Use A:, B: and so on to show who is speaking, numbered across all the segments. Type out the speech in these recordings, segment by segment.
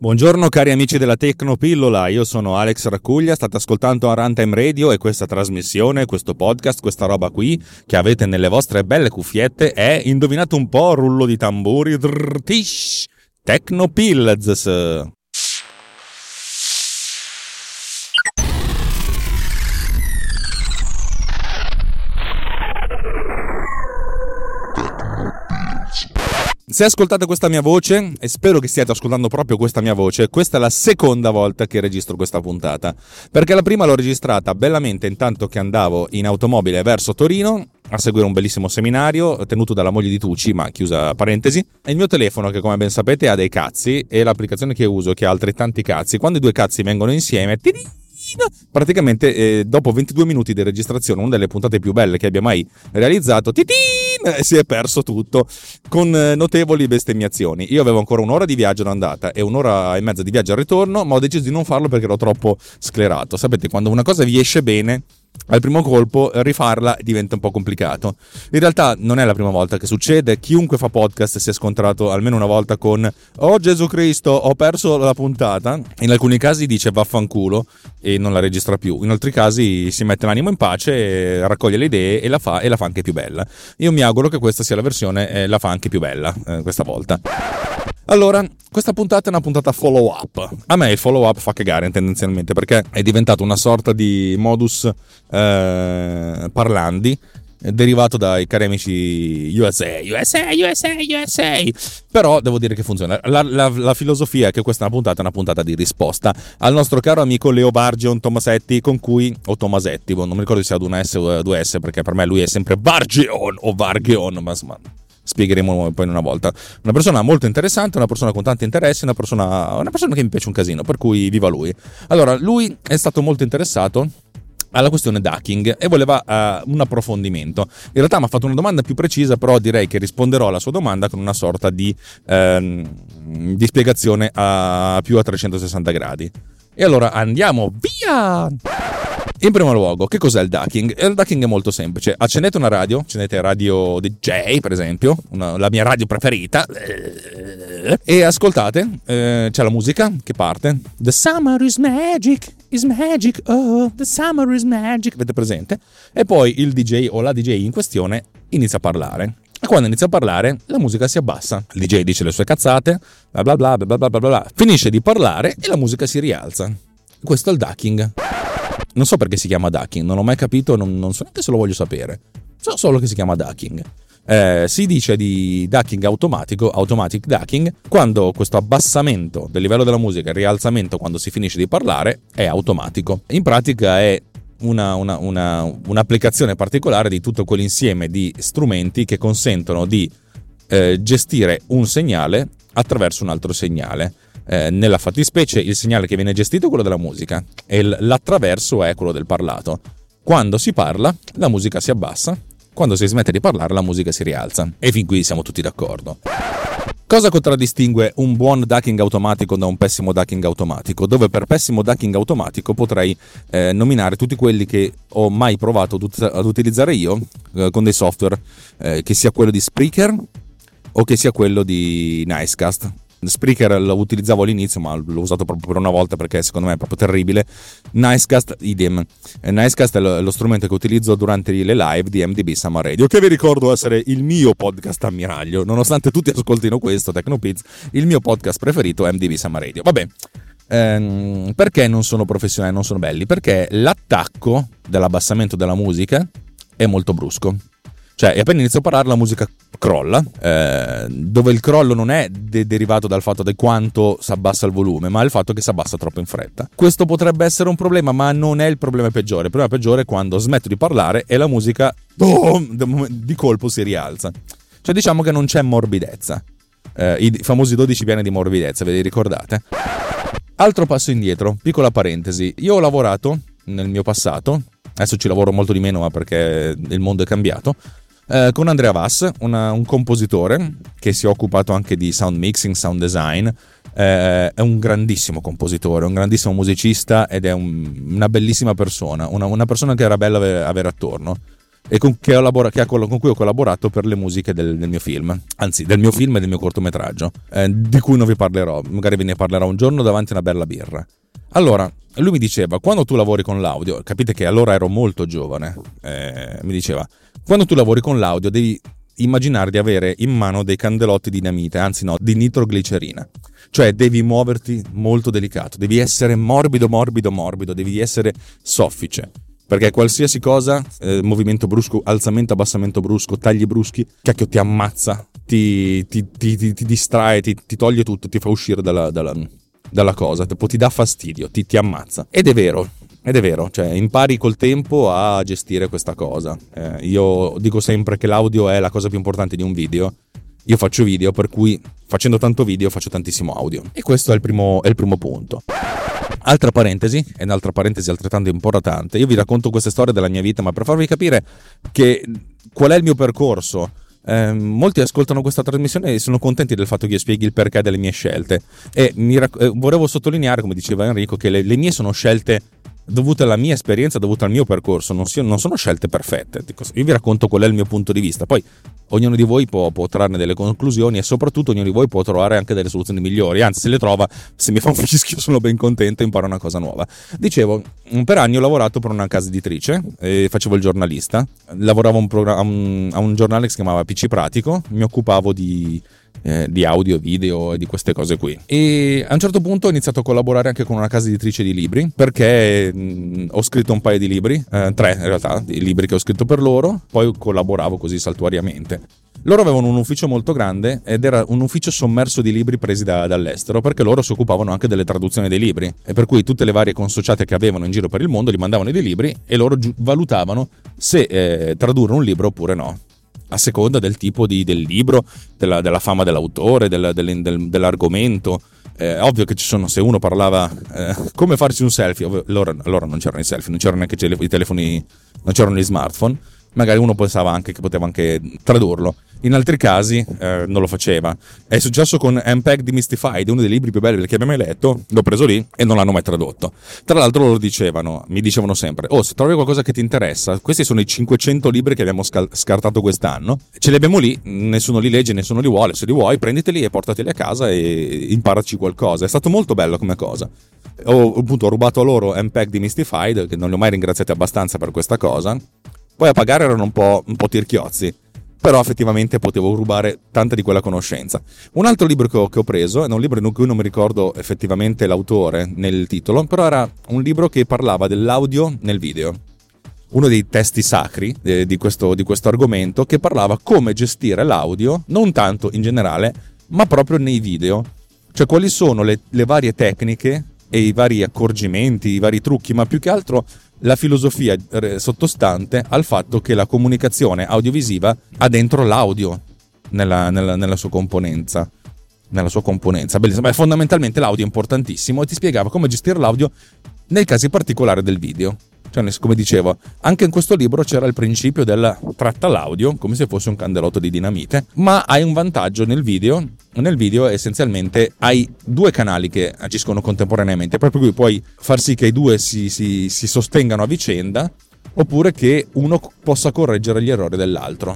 A: Buongiorno cari amici della Tecnopillola, io sono Alex Raccuglia, state ascoltando Runtime Radio e questa trasmissione, questo podcast, questa roba qui che avete nelle vostre belle cuffiette è, indovinate un po', rullo di tamburi, tish, Tecnopills. Se ascoltate questa mia voce, e spero che stiate ascoltando proprio questa mia voce, questa è la seconda volta che registro questa puntata, perché la prima l'ho registrata bellamente intanto che andavo in automobile verso Torino a seguire un bellissimo seminario tenuto dalla moglie di Tucci, ma chiusa parentesi, e il mio telefono, che come ben sapete ha dei cazzi, e l'applicazione che uso che ha altrettanti cazzi, quando i due cazzi vengono insieme, praticamente dopo 22 minuti di registrazione, una delle puntate più belle che abbia mai realizzato, si è perso tutto con notevoli bestemmiazioni. Io avevo ancora un'ora di viaggio d'andata e un'ora e mezza di viaggio al ritorno, ma ho deciso di non farlo perché ero troppo sclerato. Sapete, quando una cosa vi esce bene al primo colpo, rifarla diventa un po' complicato. In realtà non è la prima volta che succede. Chiunque fa podcast si è scontrato almeno una volta con "Oh Gesù Cristo, ho perso la puntata". In alcuni casi dice vaffanculo e non la registra più. In altri casi si mette l'animo in pace, raccoglie le idee e la fa anche più bella. Io mi auguro che questa sia la versione la fa anche più bella questa volta. Allora, questa puntata è una puntata follow up. A me il follow up fa cagare tendenzialmente, perché è diventato una sorta di modus parlandi derivato dai cari amici USA. Però devo dire che funziona. La filosofia è che questa è una puntata di risposta al nostro caro amico Leo Bargion Tomasetti, con cui, o Tomasetti, non mi ricordo se sia ad una S o a due S, perché per me lui è sempre Bargion o Vargeon, ma spiegheremo poi in una volta. Una persona molto interessante, una persona con tanti interessi, una persona che mi piace un casino, per cui viva lui. Allora, lui è stato molto interessato alla questione ducking e voleva un approfondimento. In realtà mi ha fatto una domanda più precisa, però direi che risponderò alla sua domanda con una sorta di spiegazione più a 360 gradi. E allora andiamo via! In primo luogo, che cos'è il ducking? Il ducking è molto semplice. Accendete una radio, accendete Radio DJ per esempio, la mia radio preferita, e ascoltate, c'è la musica che parte. The summer is magic, oh, the summer is magic, avete presente? E poi il DJ o la DJ in questione inizia a parlare. E quando inizia a parlare, la musica si abbassa. Il DJ dice le sue cazzate, bla bla bla bla bla bla bla, finisce di parlare e la musica si rialza. Questo è il ducking. Non so perché si chiama ducking, non ho mai capito, non so neanche se lo voglio sapere. So solo che si chiama ducking. Si dice di ducking automatico, automatic ducking, quando questo abbassamento del livello della musica, il rialzamento quando si finisce di parlare, è automatico. In pratica è un'applicazione particolare di tutto quell'insieme di strumenti che consentono di gestire un segnale attraverso un altro segnale. Nella fattispecie il segnale che viene gestito è quello della musica e l'attraverso è quello del parlato. Quando si parla la musica si abbassa, quando si smette di parlare la musica si rialza, e fin qui siamo tutti d'accordo. Cosa contraddistingue un buon ducking automatico da un pessimo ducking automatico? Dove per pessimo ducking automatico potrei nominare tutti quelli che ho mai provato ad utilizzare io con dei software, che sia quello di Spreaker o che sia quello di Nicecast. Spreaker lo utilizzavo all'inizio, ma l'ho usato proprio per una volta perché secondo me è proprio terribile. Nicecast idem. Nicecast è lo strumento che utilizzo durante le live di MDB Summer Radio, che vi ricordo essere il mio podcast ammiraglio, nonostante tutti ascoltino questo Tecnopiz, il mio podcast preferito è MDB Summer Radio. Vabbè, perché non sono professionali, non sono belli? Perché l'attacco dell'abbassamento della musica è molto brusco. Cioè, appena inizio a parlare la musica crolla, dove il crollo non è derivato dal fatto di quanto si abbassa il volume, ma il fatto che si abbassa troppo in fretta. Questo potrebbe essere un problema, ma non è il problema peggiore. Il problema peggiore è quando smetto di parlare e la musica di colpo si rialza. Cioè, diciamo che non c'è morbidezza. I famosi 12 piani di morbidezza, ve li ricordate? Altro passo indietro, piccola parentesi. Io ho lavorato nel mio passato, adesso ci lavoro molto di meno, ma perché il mondo è cambiato, con Andrea Vass, un compositore che si è occupato anche di sound mixing, sound design. È un grandissimo compositore, un grandissimo musicista ed è una bellissima persona, una persona che era bella avere attorno. e con cui ho collaborato per le musiche del mio film, anzi del mio film e del mio cortometraggio, di cui non vi parlerò, magari ve ne parlerò un giorno davanti a una bella birra. Allora, lui mi diceva, quando tu lavori con l'audio, capite che allora ero molto giovane, mi diceva, quando tu lavori con l'audio devi immaginare di avere in mano dei candelotti di dinamite, anzi no, di nitroglicerina. Cioè devi muoverti molto delicato, devi essere morbido, devi essere soffice. Perché qualsiasi cosa, movimento brusco, alzamento, abbassamento brusco, tagli bruschi, cacchio ti ammazza, ti distrae, ti toglie tutto, ti fa uscire dalla cosa, ti dà fastidio, ti ammazza. Ed è vero, cioè impari col tempo a gestire questa cosa. Io dico sempre che l'audio è la cosa più importante di un video. Io faccio video, per cui facendo tanto video faccio tantissimo audio. E questo è il primo punto. Altra parentesi, e un'altra parentesi altrettanto importante, io vi racconto queste storie della mia vita, ma per farvi capire qual è il mio percorso. Molti ascoltano questa trasmissione e sono contenti del fatto che io spieghi il perché delle mie scelte. E volevo sottolineare, come diceva Enrico, che le mie sono scelte dovute alla mia esperienza, dovute al mio percorso, non sono scelte perfette. Io vi racconto qual è il mio punto di vista, poi ognuno di voi può trarne delle conclusioni e soprattutto ognuno di voi può trovare anche delle soluzioni migliori, anzi se le trova, se mi fa un fischio sono ben contento e imparo una cosa nuova. Dicevo, per anni ho lavorato per una casa editrice e facevo il giornalista, lavoravo a un giornale che si chiamava PC Pratico, mi occupavo di audio, video e di queste cose qui. E a un certo punto ho iniziato a collaborare anche con una casa editrice di libri, perché ho scritto un paio di libri, 3 in realtà, i libri che ho scritto per loro, poi collaboravo così saltuariamente. Loro avevano un ufficio molto grande ed era un ufficio sommerso di libri presi dall'estero, perché loro si occupavano anche delle traduzioni dei libri, e per cui tutte le varie consociate che avevano in giro per il mondo gli mandavano dei libri e loro valutavano se tradurre un libro oppure no, a seconda del tipo del libro, della fama dell'autore, dell'argomento. Ovvio che ci sono, se uno parlava come farsi un selfie, allora non c'erano i selfie, non c'erano neanche i telefoni, non c'erano gli smartphone, magari uno pensava anche che poteva anche tradurlo. In altri casi non lo faceva. È successo con MPEG Demystified, uno dei libri più belli che abbia mai letto. L'ho preso lì e non l'hanno mai tradotto. Tra l'altro mi dicevano sempre: oh, se trovi qualcosa che ti interessa, questi sono i 500 libri che abbiamo scartato quest'anno, ce li abbiamo lì, nessuno li legge, nessuno li vuole. Se li vuoi prenditeli e portateli a casa e imparaci qualcosa. È stato molto bello come cosa. Ho rubato a loro MPEG Demystified, che non li ho mai ringraziati abbastanza per questa cosa. Poi a pagare erano un po' tirchiozzi, però effettivamente potevo rubare tanta di quella conoscenza. Un altro libro che ho preso, è un libro in cui non mi ricordo effettivamente l'autore nel titolo, però era un libro che parlava dell'audio nel video. Uno dei testi sacri di questo argomento, che parlava come gestire l'audio, non tanto in generale, ma proprio nei video. Cioè quali sono le varie tecniche e i vari accorgimenti, i vari trucchi, ma più che altro la filosofia sottostante al fatto che la comunicazione audiovisiva ha dentro l'audio nella sua componenza. Bellissimo. Beh, fondamentalmente l'audio è importantissimo e ti spiegava come gestire l'audio nei casi particolari del video. Cioè, come dicevo, anche in questo libro c'era il principio del tratta l'audio come se fosse un candelotto di dinamite, ma hai un vantaggio nel video. Nel video essenzialmente hai 2 canali che agiscono contemporaneamente, proprio qui puoi far sì che i 2 si sostengano a vicenda, oppure che uno possa correggere gli errori dell'altro.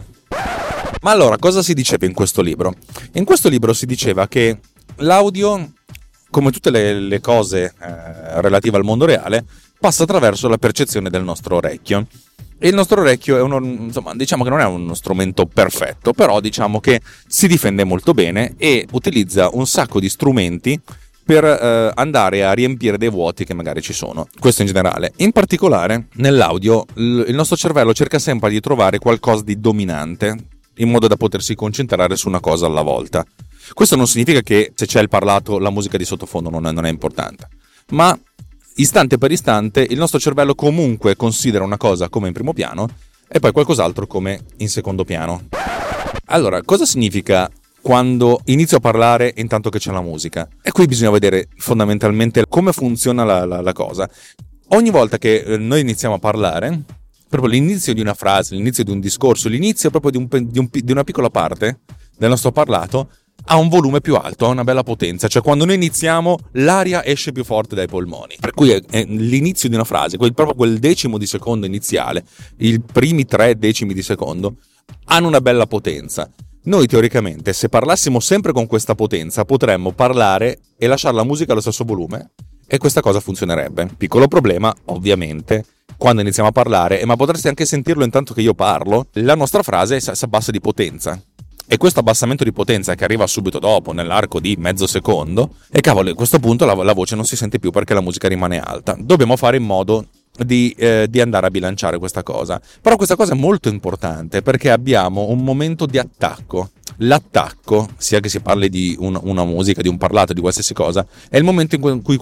A: Ma allora, cosa si diceva in questo libro? In questo libro si diceva che l'audio, come tutte le cose relative al mondo reale, passa attraverso la percezione del nostro orecchio. E il nostro orecchio è diciamo che non è uno strumento perfetto, però diciamo che si difende molto bene e utilizza un sacco di strumenti per andare a riempire dei vuoti che magari ci sono. Questo in generale. In particolare, nell'audio, il nostro cervello cerca sempre di trovare qualcosa di dominante, in modo da potersi concentrare su una cosa alla volta. Questo non significa che se c'è il parlato la musica di sottofondo non è importante, ma istante per istante il nostro cervello comunque considera una cosa come in primo piano e poi qualcos'altro come in secondo piano. Allora, cosa significa quando inizio a parlare intanto che c'è la musica? E qui bisogna vedere fondamentalmente come funziona la cosa. Ogni volta che noi iniziamo a parlare, proprio l'inizio di una frase, l'inizio di un discorso, l'inizio proprio di una piccola parte del nostro parlato, ha un volume più alto, ha una bella potenza, cioè quando noi iniziamo l'aria esce più forte dai polmoni, per cui è l'inizio di una frase, proprio quel decimo di secondo iniziale, i primi 3 decimi di secondo hanno una bella potenza. Noi teoricamente, se parlassimo sempre con questa potenza, potremmo parlare e lasciare la musica allo stesso volume e questa cosa funzionerebbe. Piccolo problema, ovviamente, quando iniziamo a parlare, ma potreste anche sentirlo intanto che io parlo, la nostra frase si abbassa di potenza. E questo abbassamento di potenza che arriva subito dopo, nell'arco di mezzo secondo, e cavolo, a questo punto la voce non si sente più perché la musica rimane alta. Dobbiamo fare in modo di andare a bilanciare questa cosa. Però questa cosa è molto importante perché abbiamo un momento di attacco. L'attacco, sia che si parli di una musica, di un parlato, di qualsiasi cosa, è il momento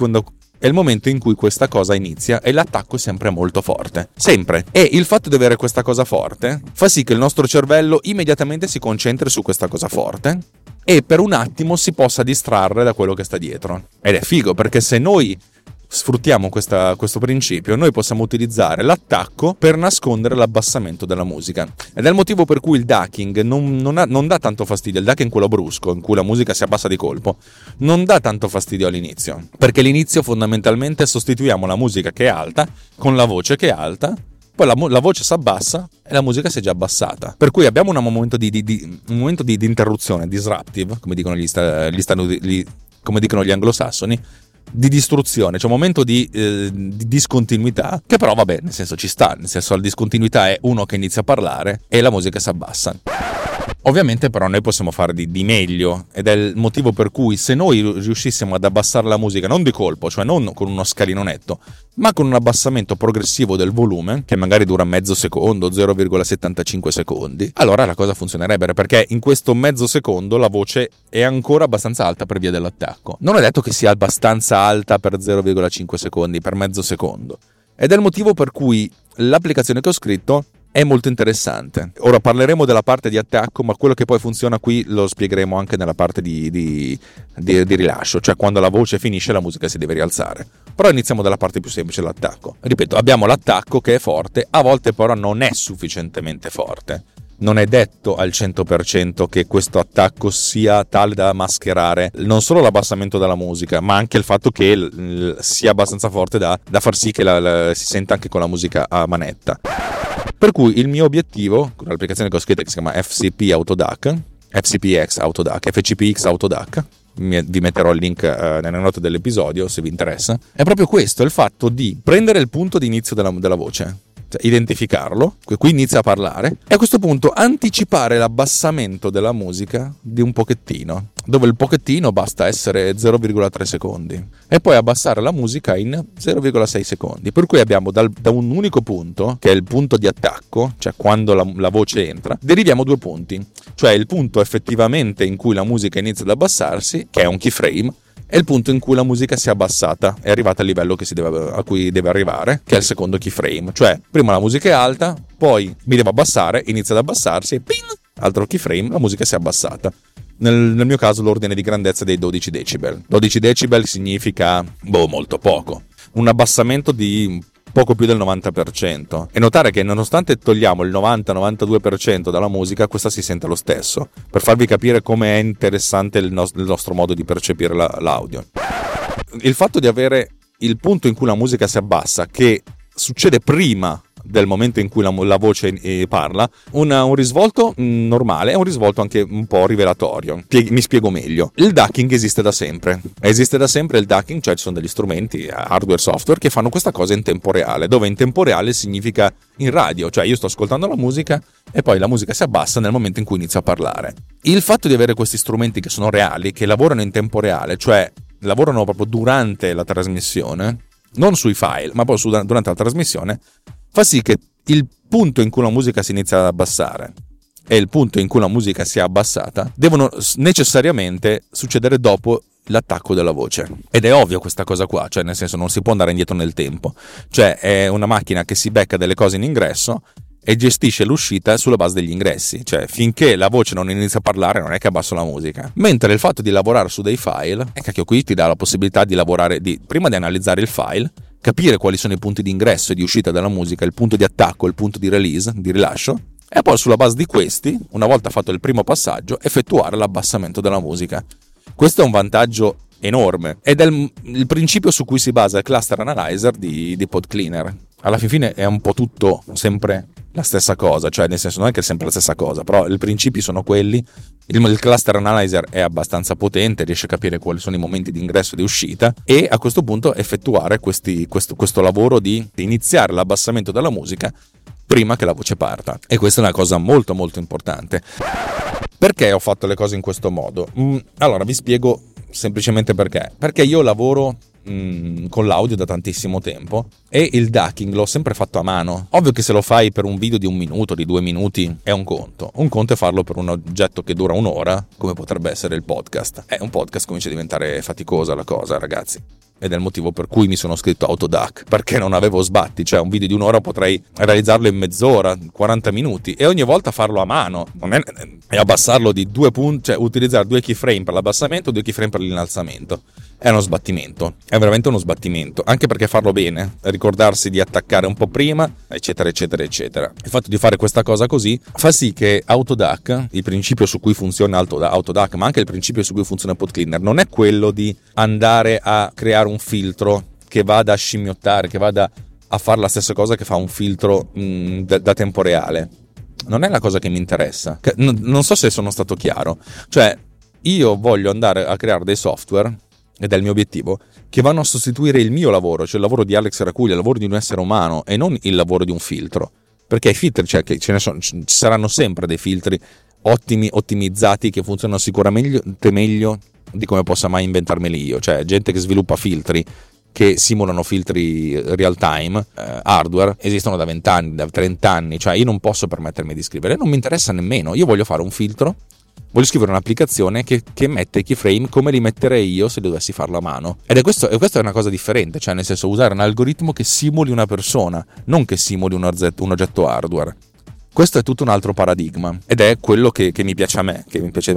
A: in cui questa cosa inizia e l'attacco è sempre molto forte. Sempre. E il fatto di avere questa cosa forte fa sì che il nostro cervello immediatamente si concentri su questa cosa forte e per un attimo si possa distrarre da quello che sta dietro. Ed è figo perché se noi sfruttiamo questo principio, noi possiamo utilizzare l'attacco per nascondere l'abbassamento della musica. Ed è il motivo per cui il ducking non dà tanto fastidio. Il ducking, quello brusco, in cui la musica si abbassa di colpo, non dà tanto fastidio all'inizio. Perché all'inizio fondamentalmente sostituiamo la musica che è alta con la voce che è alta, poi la voce si abbassa e la musica si è già abbassata. Per cui abbiamo un momento di interruzione, disruptive, come dicono come dicono gli anglosassoni, di distruzione, cioè un momento di discontinuità, che però vabbè, nel senso ci sta, nel senso la discontinuità è uno che inizia a parlare e la musica si abbassa. Ovviamente però noi possiamo fare di meglio ed è il motivo per cui se noi riuscissimo ad abbassare la musica non di colpo, cioè non con uno scalino netto, ma con un abbassamento progressivo del volume, che magari dura mezzo secondo, 0,75 secondi, allora la cosa funzionerebbe, perché in questo mezzo secondo la voce è ancora abbastanza alta per via dell'attacco. Non è detto che sia abbastanza alta per 0,5 secondi, per mezzo secondo. Ed è il motivo per cui l'applicazione che ho scritto è molto interessante. Ora parleremo della parte di attacco, ma quello che poi funziona qui lo spiegheremo anche nella parte di rilascio, cioè quando la voce finisce la musica si deve rialzare. Però iniziamo dalla parte più semplice, l'attacco. Ripeto, abbiamo l'attacco che è forte, a volte però non è sufficientemente forte. Non è detto al 100% che questo attacco sia tale da mascherare non solo l'abbassamento della musica, ma anche il fatto che sia abbastanza forte da far sì che si senta anche con la musica a manetta. Per cui il mio obiettivo, con l'applicazione che ho scritto che si chiama FCPX Autodac, vi metterò il link nelle note dell'episodio se vi interessa, è proprio questo, il fatto di prendere il punto di inizio della voce, cioè identificarlo, qui inizia a parlare, e a questo punto anticipare l'abbassamento della musica di un pochettino, dove il pochettino basta essere 0,3 secondi, e poi abbassare la musica in 0,6 secondi, per cui abbiamo da un unico punto, che è il punto di attacco, cioè quando la voce entra, deriviamo 2 punti, cioè il punto effettivamente in cui la musica inizia ad abbassarsi, che è un keyframe, è il punto in cui la musica si è abbassata, è arrivata al livello a cui deve arrivare, che è il secondo keyframe, cioè prima la musica è alta, poi mi devo abbassare, inizia ad abbassarsi e pin, altro keyframe, la musica si è abbassata. Nel mio caso l'ordine di grandezza dei 12 decibel. 12 decibel significa molto poco, un abbassamento di poco più del 90%, e notare che nonostante togliamo il 90-92% dalla musica, questa si sente lo stesso, per farvi capire come è interessante il nostro modo di percepire l'audio. Il fatto di avere il punto in cui la musica si abbassa, che succede prima del momento in cui la voce parla, un risvolto normale e un risvolto anche un po' rivelatorio. Mi spiego meglio. Il ducking esiste da sempre il ducking, cioè ci sono degli strumenti, hardware, software, che fanno questa cosa in tempo reale, dove in tempo reale significa in radio, cioè io sto ascoltando la musica e poi la musica si abbassa nel momento in cui inizio a parlare. Il fatto di avere questi strumenti che sono reali, che lavorano in tempo reale, cioè lavorano proprio durante la trasmissione, non sui file, ma poi durante la trasmissione, fa sì che il punto in cui la musica si inizia ad abbassare e il punto in cui la musica si è abbassata devono necessariamente succedere dopo l'attacco della voce. Ed è ovvio questa cosa qua, cioè nel senso non si può andare indietro nel tempo, cioè è una macchina che si becca delle cose in ingresso e gestisce l'uscita sulla base degli ingressi, cioè finché la voce non inizia a parlare non è che abbasso la musica. Mentre il fatto di lavorare su dei file, cacchio, qui ti dà la possibilità di lavorare, prima di analizzare il file, capire quali sono i punti di ingresso e di uscita della musica, il punto di attacco, il punto di release, di rilascio, e poi sulla base di questi, una volta fatto il primo passaggio, effettuare l'abbassamento della musica. Questo è un vantaggio enorme ed è il principio su cui si basa il cluster analyzer di PodCleaner. Alla fine è un po' tutto sempre la stessa cosa, cioè nel senso non è che è sempre la stessa cosa, però i principi sono quelli. Il cluster analyzer è abbastanza potente, riesce a capire quali sono i momenti di ingresso e di uscita e a questo punto effettuare questo lavoro di iniziare l'abbassamento della musica prima che la voce parta. E questa è una cosa molto molto importante. Perché ho fatto le cose in questo modo? Allora vi spiego semplicemente perché. Perché io lavoro con l'audio da tantissimo tempo e il ducking l'ho sempre fatto a mano. Ovvio che se lo fai per un video di 1 minuto, di 2 minuti è un conto è farlo per un oggetto che dura 1 ora, come potrebbe essere il podcast. Un podcast comincia a diventare faticosa la cosa, ragazzi, ed è il motivo per cui mi sono scritto Autoduck, perché non avevo sbatti. Cioè un video di 1 ora potrei realizzarlo in mezz'ora, 40 minuti e ogni volta farlo a mano, non è abbassarlo di 2 punti, cioè utilizzare 2 keyframe per l'abbassamento, 2 keyframe per l'innalzamento. È uno sbattimento, è veramente uno sbattimento, anche perché farlo bene, ricordarsi di attaccare un po' prima, eccetera eccetera eccetera. Il fatto di fare questa cosa così fa sì che Autoduck, il principio su cui funziona Autoduck, ma anche il principio su cui funziona PodCleaner, non è quello di andare a creare un filtro che vada a scimmiottare, che vada a fare la stessa cosa che fa un filtro da tempo reale. Non è la cosa che mi interessa. Non so se sono stato chiaro. Cioè, io voglio andare a creare dei software, ed è il mio obiettivo, che vanno a sostituire il mio lavoro, cioè il lavoro di Alex Racuglia, il lavoro di un essere umano e non il lavoro di un filtro. Perché i filtri, cioè che ci saranno sempre dei filtri ottimizzati che funzionano sicuramente meglio di come possa mai inventarmeli io. Cioè gente che sviluppa filtri che simulano filtri real time, hardware, esistono da 20 anni, da 30 anni, cioè io non posso permettermi di scrivere, non mi interessa nemmeno. Io voglio fare un filtro, voglio scrivere un'applicazione che mette i keyframe come li metterei io se dovessi farlo a mano. E questa è una cosa differente, cioè nel senso usare un algoritmo che simuli una persona, non che simuli un oggetto hardware. Questo è tutto un altro paradigma ed è quello che mi piace a me,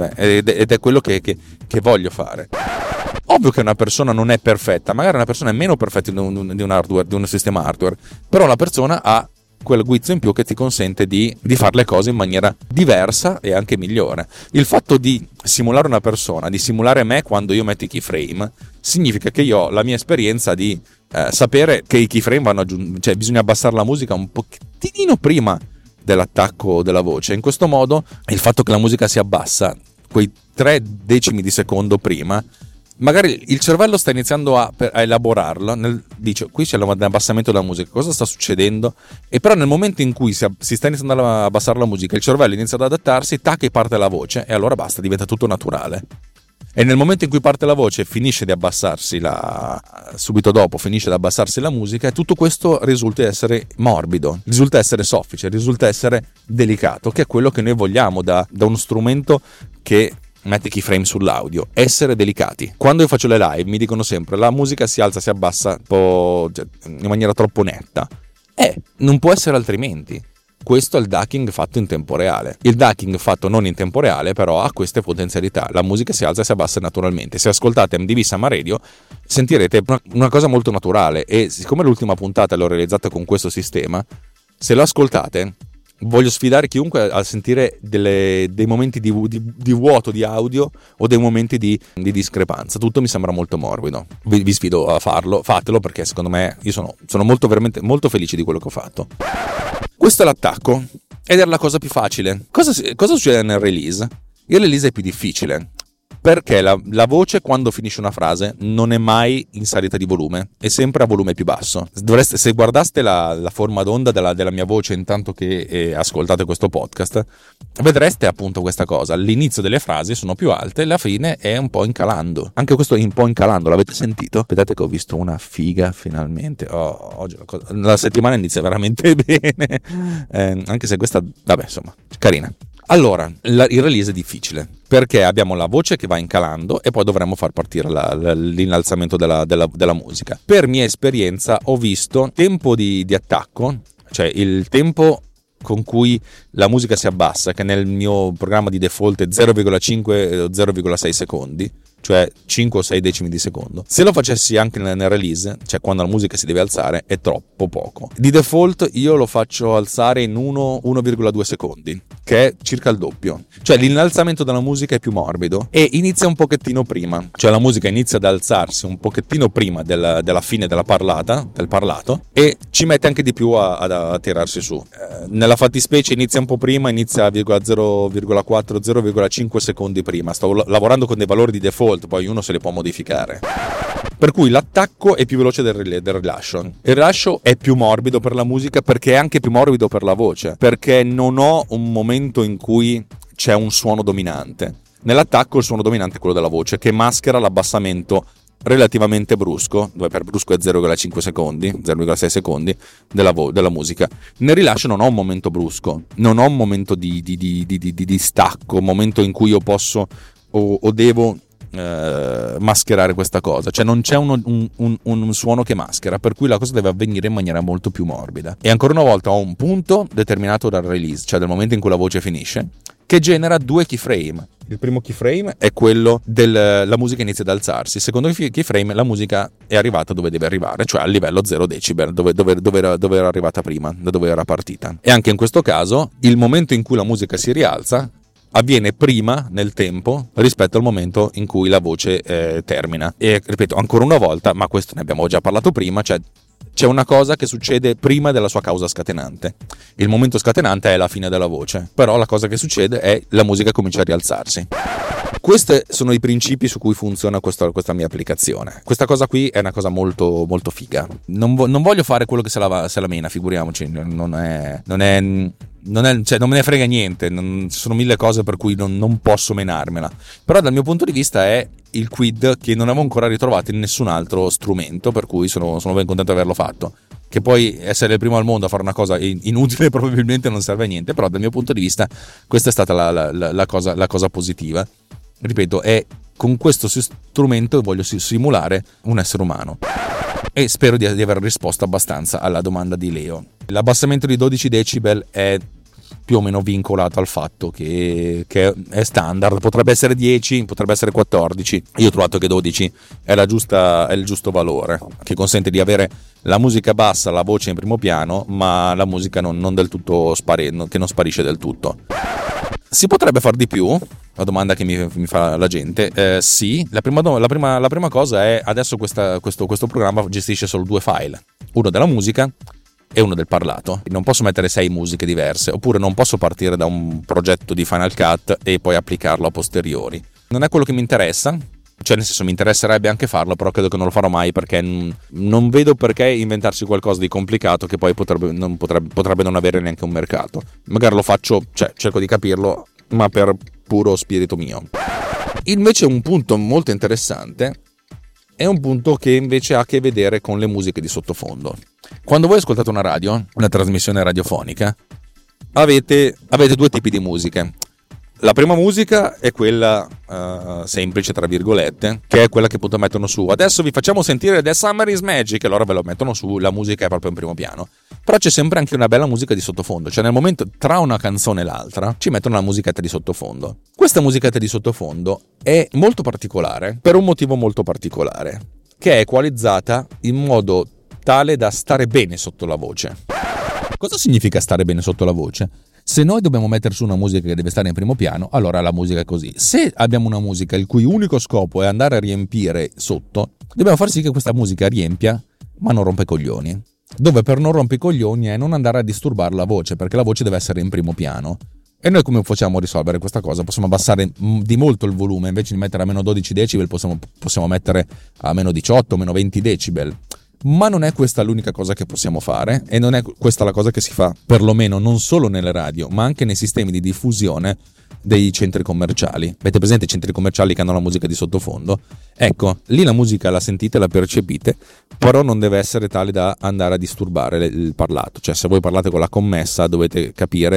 A: ed è quello che voglio fare. Ovvio che una persona non è perfetta, magari una persona è meno perfetta di un sistema hardware, però la persona ha quel guizzo in più che ti consente di fare le cose in maniera diversa e anche migliore. Il fatto di simulare una persona, di simulare me quando io metto i keyframe, significa che io ho la mia esperienza di sapere che i keyframe vanno cioè bisogna abbassare la musica un pochettino prima dell'attacco della voce. In questo modo il fatto che la musica si abbassa quei 3 decimi di secondo prima, magari il cervello sta iniziando a elaborarlo, dice qui c'è l'abbassamento della musica, cosa sta succedendo? E però nel momento in cui si sta iniziando a abbassare la musica, il cervello inizia ad adattarsi, tac, e parte la voce e allora basta, diventa tutto naturale. E nel momento in cui parte la voce finisce di abbassarsi subito dopo finisce di abbassarsi la musica, e tutto questo risulta essere morbido, risulta essere soffice, risulta essere delicato, che è quello che noi vogliamo da uno strumento che mette keyframe sull'audio, essere delicati. Quando io faccio le live mi dicono sempre la musica si alza, si abbassa un po', cioè, in maniera troppo netta. Non può essere altrimenti. Questo è il ducking fatto in tempo reale. Il ducking fatto non in tempo reale però ha queste potenzialità. La musica si alza e si abbassa naturalmente. Se ascoltate MDV Summer Radio sentirete una cosa molto naturale, e siccome l'ultima puntata l'ho realizzata con questo sistema, se lo ascoltate voglio sfidare chiunque a sentire dei momenti di vuoto di audio o dei momenti di discrepanza. Tutto mi sembra molto morbido. Vi sfido a farlo, fatelo, perché secondo me io sono veramente molto felice di quello che ho fatto. Questo è l'attacco ed è la cosa più facile. Cosa succede nel release? Il release è più difficile perché la voce quando finisce una frase non è mai in salita di volume, è sempre a volume più basso. Se guardaste la forma d'onda della mia voce intanto che ascoltate questo podcast, vedreste appunto questa cosa. All'inizio delle frasi sono più alte, la fine è un po' incalando. Anche questo è un po' incalando, l'avete sentito? Aspettate che ho visto una figa finalmente. Oggi la settimana inizia veramente bene, anche se questa, vabbè, insomma, carina. Allora, il release è difficile perché abbiamo la voce che va incalando e poi dovremmo far partire l'innalzamento della musica. Per mia esperienza ho visto tempo di attacco, cioè il tempo con cui la musica si abbassa, che nel mio programma di default è 0,5 o 0,6 secondi, cioè 5 o 6 decimi di secondo. Se lo facessi anche nel release, cioè quando la musica si deve alzare, è troppo poco. Di default io lo faccio alzare in 1,2 secondi, che è circa il doppio. Cioè l'innalzamento della musica è più morbido e inizia un pochettino prima, cioè la musica inizia ad alzarsi un pochettino prima della fine del parlato, e ci mette anche di più a tirarsi su. Nella fattispecie inizia un po' prima, inizia a 0,5 secondi prima. Sto lavorando con dei valori di default, poi uno se li può modificare. Per cui l'attacco è più veloce del rilascio. Il rilascio è più morbido per la musica perché è anche più morbido per la voce, perché non ho un momento in cui c'è un suono dominante. Nell'attacco il suono dominante è quello della voce, che maschera l'abbassamento relativamente brusco, dove per brusco è 0,5 secondi, 0,6 secondi della musica. Nel rilascio non ho un momento brusco, non ho un momento di stacco, un momento in cui io posso o devo mascherare questa cosa, cioè non c'è un suono che maschera, per cui la cosa deve avvenire in maniera molto più morbida. E ancora una volta ho un punto determinato dal release, cioè dal momento in cui la voce finisce, che genera 2 keyframe. Il primo keyframe è quello della musica inizia ad alzarsi. Il secondo keyframe, la musica è arrivata dove deve arrivare, cioè al livello 0 decibel, dove era arrivata prima, da dove era partita. E anche in questo caso il momento in cui la musica si rialza avviene prima nel tempo rispetto al momento in cui la voce termina. E ripeto ancora una volta, ma questo ne abbiamo già parlato prima, cioè c'è una cosa che succede prima della sua causa scatenante. Il momento scatenante è la fine della voce, però la cosa che succede è la musica comincia a rialzarsi. Questi sono i principi su cui funziona questa mia applicazione. Questa cosa qui è una cosa molto, molto figa. Non voglio fare quello che se la mena, figuriamoci. Non me ne frega niente. Ci sono 1000 cose per cui non posso menarmela. Però dal mio punto di vista è il quid che non avevo ancora ritrovato in nessun altro strumento, per cui sono ben contento di averlo fatto. Che poi essere il primo al mondo a fare una cosa inutile probabilmente non serve a niente, però dal mio punto di vista questa è stata la cosa positiva. Ripeto, è con questo strumento voglio simulare un essere umano e spero di aver risposto abbastanza alla domanda di Leo. L'abbassamento di 12 decibel è più o meno vincolato al fatto che è standard, potrebbe essere 10, potrebbe essere 14. Io ho trovato che 12 è il giusto valore, che consente di avere la musica bassa, la voce in primo piano, ma la musica non del tutto che non sparisce del tutto. Si potrebbe far di più? La domanda che mi fa la gente. Sì, la prima cosa è adesso questo programma gestisce solo 2 file, uno della musica e uno del parlato. Non posso mettere 6 musiche diverse, oppure non posso partire da un progetto di Final Cut e poi applicarlo a posteriori. Non è quello che mi interessa, cioè nel senso mi interesserebbe anche farlo, però credo che non lo farò mai, perché non vedo perché inventarsi qualcosa di complicato che poi potrebbe non avere neanche un mercato. Magari lo faccio, cioè cerco di capirlo, ma per puro spirito mio. Invece un punto molto interessante è un punto che invece ha a che vedere con le musiche di sottofondo. Quando voi ascoltate una radio, una trasmissione radiofonica, avete 2 tipi di musiche. La prima musica è quella semplice, tra virgolette, che è quella che appunto mettono su. Adesso vi facciamo sentire The Summer is Magic, allora ve lo mettono su, la musica è proprio in primo piano. Però c'è sempre anche una bella musica di sottofondo, cioè nel momento tra una canzone e l'altra ci mettono la musichetta di sottofondo. Questa musichetta di sottofondo è molto particolare per un motivo molto particolare, che è equalizzata in modo tale da stare bene sotto la voce. Cosa significa stare bene sotto la voce? Se noi dobbiamo mettere su una musica che deve stare in primo piano, allora la musica è così. Se abbiamo una musica il cui unico scopo è andare a riempire sotto, dobbiamo far sì che questa musica riempia, ma non rompe i coglioni. Dove per non rompere i coglioni è non andare a disturbare la voce, perché la voce deve essere in primo piano. E noi come facciamo a risolvere questa cosa? Possiamo abbassare di molto il volume, invece di mettere a meno 12 decibel possiamo mettere a meno 18, meno 20 decibel. Ma non è questa l'unica cosa che possiamo fare, e non è questa la cosa che si fa, perlomeno non solo nelle radio, ma anche nei sistemi di diffusione dei centri commerciali. Avete presente i centri commerciali che hanno la musica di sottofondo? Ecco, lì la musica la sentite, la percepite, però non deve essere tale da andare a disturbare il parlato. Cioè, se voi parlate con la commessa dovete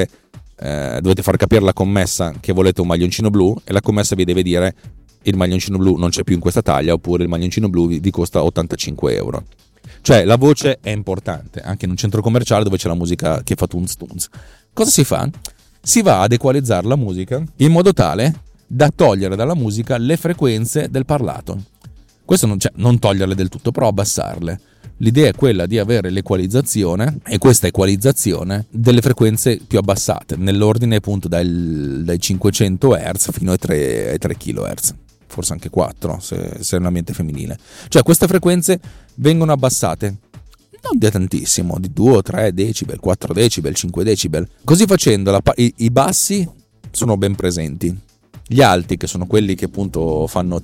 A: far capire alla commessa che volete un maglioncino blu, e la commessa vi deve dire il maglioncino blu non c'è più in questa taglia, oppure il maglioncino blu vi costa 85 euro. Cioè la voce è importante anche in un centro commerciale dove c'è la musica che fa tunz tunz. Cosa si fa? Si va ad equalizzare la musica in modo tale da togliere dalla musica le frequenze del parlato. Questo non toglierle del tutto, però abbassarle. L'idea è quella di avere l'equalizzazione, e questa equalizzazione delle frequenze più abbassate, nell'ordine appunto dai 500 Hz fino ai 3 kHz, forse anche 4 se è un ambiente femminile. Cioè queste frequenze vengono abbassate, non di tantissimo, di 2 o 3 decibel, 4 decibel, 5 decibel. Così facendo i bassi sono ben presenti. Gli alti, che sono quelli che appunto fanno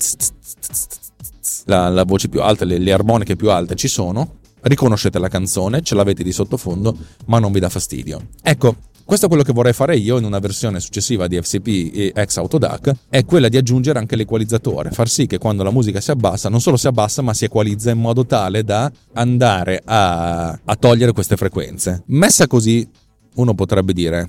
A: la voce più alta, le armoniche più alte ci sono, riconoscete la canzone, ce l'avete di sottofondo, ma non vi dà fastidio. Ecco, questo è quello che vorrei fare io in una versione successiva di FCP e ex Autodac, è quella di aggiungere anche l'equalizzatore, far sì che quando la musica si abbassa, non solo si abbassa ma si equalizza in modo tale da andare a togliere queste frequenze. Messa così uno potrebbe dire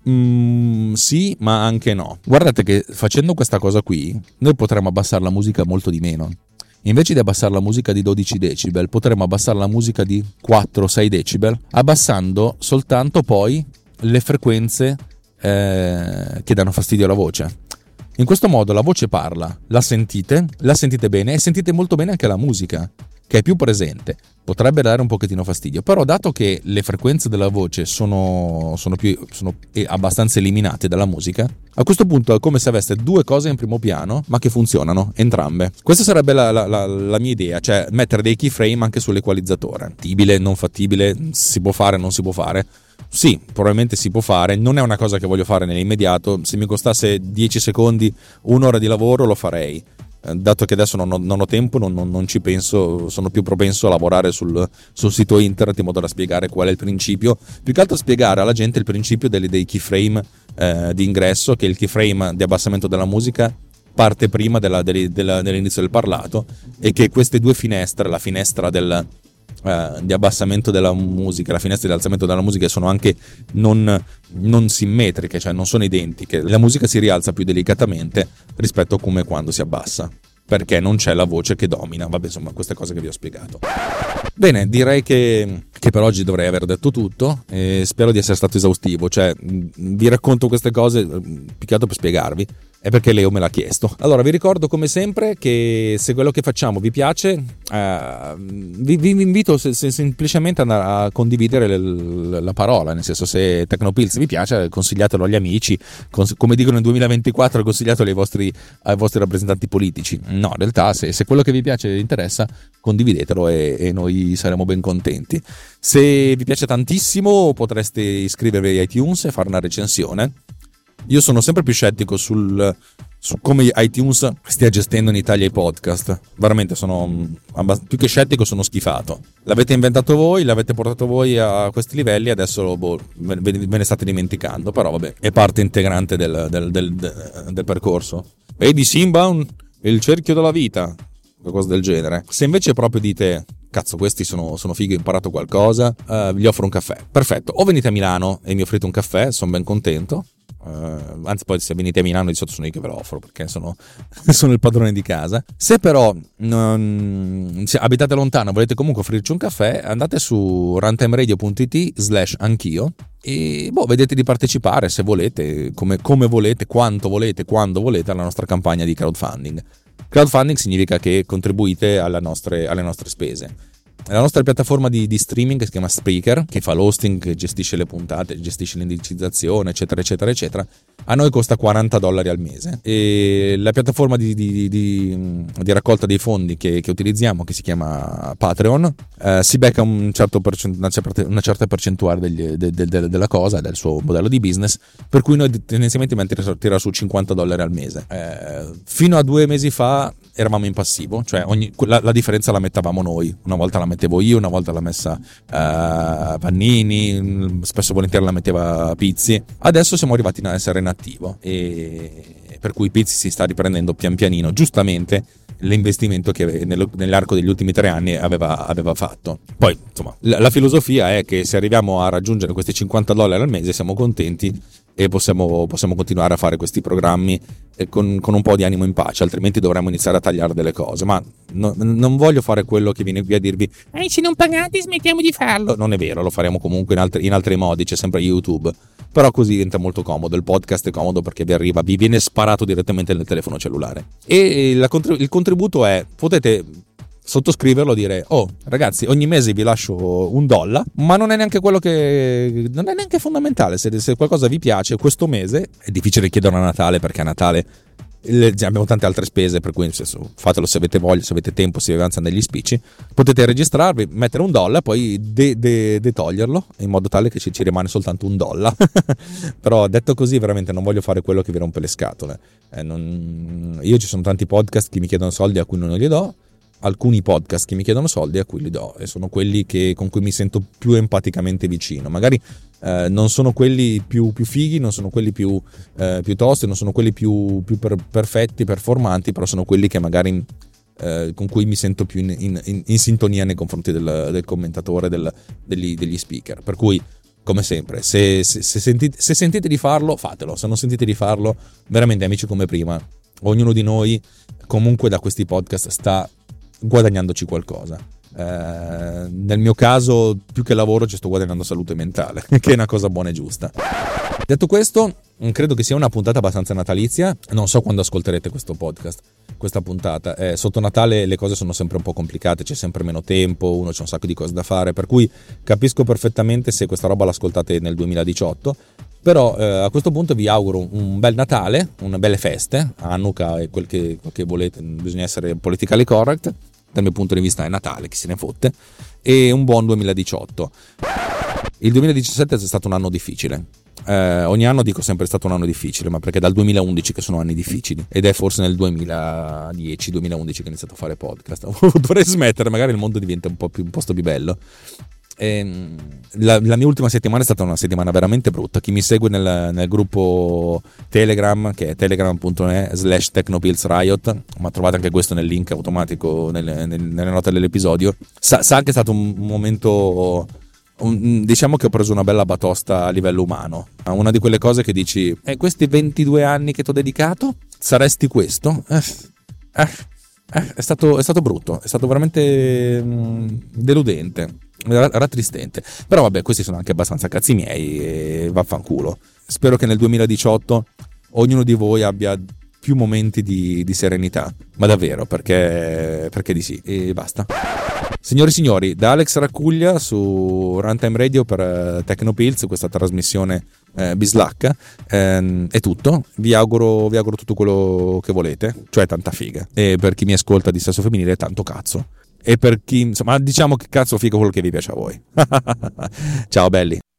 A: sì, ma anche no. Guardate che facendo questa cosa qui noi potremmo abbassare la musica molto di meno. Invece di abbassare la musica di 12 decibel, potremmo abbassare la musica di 4-6 decibel, abbassando soltanto poi le frequenze che danno fastidio alla voce. In questo modo la voce parla, la sentite bene e sentite molto bene anche la musica, che è più presente. Potrebbe dare un pochettino fastidio, però dato che le frequenze della voce sono abbastanza eliminate dalla musica, a questo punto è come se aveste due cose in primo piano ma che funzionano entrambe. Questa sarebbe la mia idea, cioè mettere dei keyframe anche sull'equalizzatore. Fattibile, non fattibile, si può fare, non si può fare? Sì, probabilmente si può fare, non è una cosa che voglio fare nell'immediato. Se mi costasse 10 secondi, un'ora di lavoro, lo farei. Dato che adesso non ho tempo, non ci penso, sono più propenso a lavorare sul sito internet in modo da spiegare qual è il principio, più che altro spiegare alla gente il principio dei keyframe di ingresso, che il keyframe di abbassamento della musica parte prima dell'inizio del parlato, e che queste due finestre, la finestra di abbassamento della musica, la finestra di alzamento della musica, sono anche non simmetriche, cioè non sono identiche. La musica si rialza più delicatamente rispetto a come quando si abbassa, perché non c'è la voce che domina. Vabbè, insomma, queste cose che vi ho spiegato. Bene, direi che per oggi dovrei aver detto tutto, e spero di essere stato esaustivo. Cioè, vi racconto queste cose più che altro per spiegarvi, è perché Leo me l'ha chiesto. Allora, vi ricordo come sempre che se quello che facciamo vi piace, vi invito semplicemente ad andare a condividere la parola, nel senso, se Tecnopills vi piace, consigliatelo agli amici, come dicono nel 2024, consigliatelo ai vostri rappresentanti politici. No, in realtà se quello che vi piace vi interessa, condividetelo e noi saremo ben contenti. Se vi piace tantissimo, potreste iscrivervi a iTunes e fare una recensione. Io sono sempre più scettico su come iTunes stia gestendo in Italia i podcast. Veramente sono più che scettico, sono schifato. L'avete inventato voi, l'avete portato voi a questi livelli, adesso ve ne state dimenticando. Però vabbè, è parte integrante del percorso. Vedi Simba, il cerchio della vita, qualcosa del genere. Se invece proprio dite cazzo, questi sono fighi, ho imparato qualcosa, gli offro un caffè. Perfetto, o venite a Milano e mi offrite un caffè, sono ben contento. Anzi, poi se venite a Milano di solito sono io che ve lo offro, perché sono il padrone di casa. Se però se abitate lontano e volete comunque offrirci un caffè, andate su runtimeradio.it/anch'io e vedete di partecipare, se volete, come volete, quanto volete, quando volete, alla nostra campagna di crowdfunding. Crowdfunding significa che contribuite alle nostre spese. La nostra piattaforma di streaming, che si chiama Spreaker, che fa l'hosting, che gestisce le puntate, gestisce l'indicizzazione, eccetera eccetera eccetera, a noi costa $40 al mese. E la piattaforma di raccolta dei fondi che utilizziamo, che si chiama Patreon, si becca una certa percentuale della cosa, del suo modello di business, per cui noi tendenzialmente tira su $50 al mese. Fino a 2 mesi fa eravamo in passivo, cioè la differenza la mettavamo noi. Una volta la mettevo io, una volta l'ha messa Pannini, spesso volentieri la metteva Pizzi. Adesso siamo arrivati a essere in attivo, e per cui Pizzi si sta riprendendo pian pianino, giustamente, l'investimento che nell'arco degli ultimi 3 anni aveva fatto. Poi insomma la filosofia è che se arriviamo a raggiungere questi $50 al mese siamo contenti, e possiamo continuare a fare questi programmi con un po' di animo in pace, altrimenti dovremmo iniziare a tagliare delle cose. Ma non voglio fare quello che viene qui a dirvi se non pagate smettiamo di farlo. Non è vero, lo faremo comunque in altri modi, c'è sempre YouTube, però così diventa molto comodo. Il podcast è comodo perché vi viene sparato direttamente nel telefono cellulare, e il contributo è: potete sottoscriverlo, dire ragazzi, ogni mese vi lascio $1, ma non è neanche quello non è neanche fondamentale. Se qualcosa vi piace questo mese, è difficile chiederlo a Natale, perché a Natale abbiamo tante altre spese, per cui fatelo se avete voglia, se avete tempo, se vi avanzano degli spicci, potete registrarvi, mettere $1, poi detoglierlo in modo tale che ci rimane soltanto $1. Però detto così, veramente non voglio fare quello che vi rompe le scatole. Io ci sono tanti podcast che mi chiedono soldi a cui non li do, alcuni podcast che mi chiedono soldi a cui li do, e sono quelli con cui mi sento più empaticamente vicino. Magari non sono quelli più fighi, non sono quelli più tosti, non sono quelli più perfetti, performanti, però sono quelli che magari con cui mi sento più in sintonia nei confronti del commentatore, degli speaker. Per cui, come sempre, se sentite di farlo, fatelo. Se non sentite di farlo, veramente, amici, come prima, ognuno di noi comunque da questi podcast sta guadagnandoci qualcosa. Nel mio caso, più che lavoro, ci sto guadagnando salute mentale, che è una cosa buona e giusta. Detto questo, credo che sia una puntata abbastanza natalizia. Non so quando ascolterete questo podcast, questa puntata. Sotto Natale le cose sono sempre un po' complicate, c'è sempre meno tempo, uno c'ha un sacco di cose da fare, per cui capisco perfettamente se questa roba l'ascoltate nel 2018. Però a questo punto vi auguro un bel Natale, una belle feste, Hanukkah e quel che volete, bisogna essere politically correct, dal mio punto di vista è Natale, chi se ne fotte, e un buon 2018. Il 2017 è stato un anno difficile, ogni anno dico sempre è stato un anno difficile, ma perché dal 2011 che sono anni difficili, ed è forse nel 2010-2011 che ho iniziato a fare podcast. Dovrei smettere, magari il mondo diventa un posto più bello. La mia ultima settimana è stata una settimana veramente brutta. Chi mi segue nel gruppo Telegram, che è telegram.me/technopillsriot, ma trovate anche questo nel link automatico nelle note dell'episodio, sa che è stato un momento, diciamo che ho preso una bella batosta a livello umano. Una di quelle cose che dici: questi 22 anni che ti ho dedicato, saresti questo? È stato brutto, è stato veramente deludente, rattristente. Però vabbè, questi sono anche abbastanza cazzi miei e vaffanculo. Spero che nel 2018 ognuno di voi abbia più momenti di serenità, ma davvero, perché di sì, e basta. Signori e signori, da Alex Raccuglia su Runtime Radio per Technopills, questa trasmissione bislacca, è tutto. Vi auguro tutto quello che volete, cioè tanta figa, e per chi mi ascolta di sesso femminile tanto cazzo, e per chi, insomma, diciamo che cazzo figo quello che vi piace a voi. Ciao belli.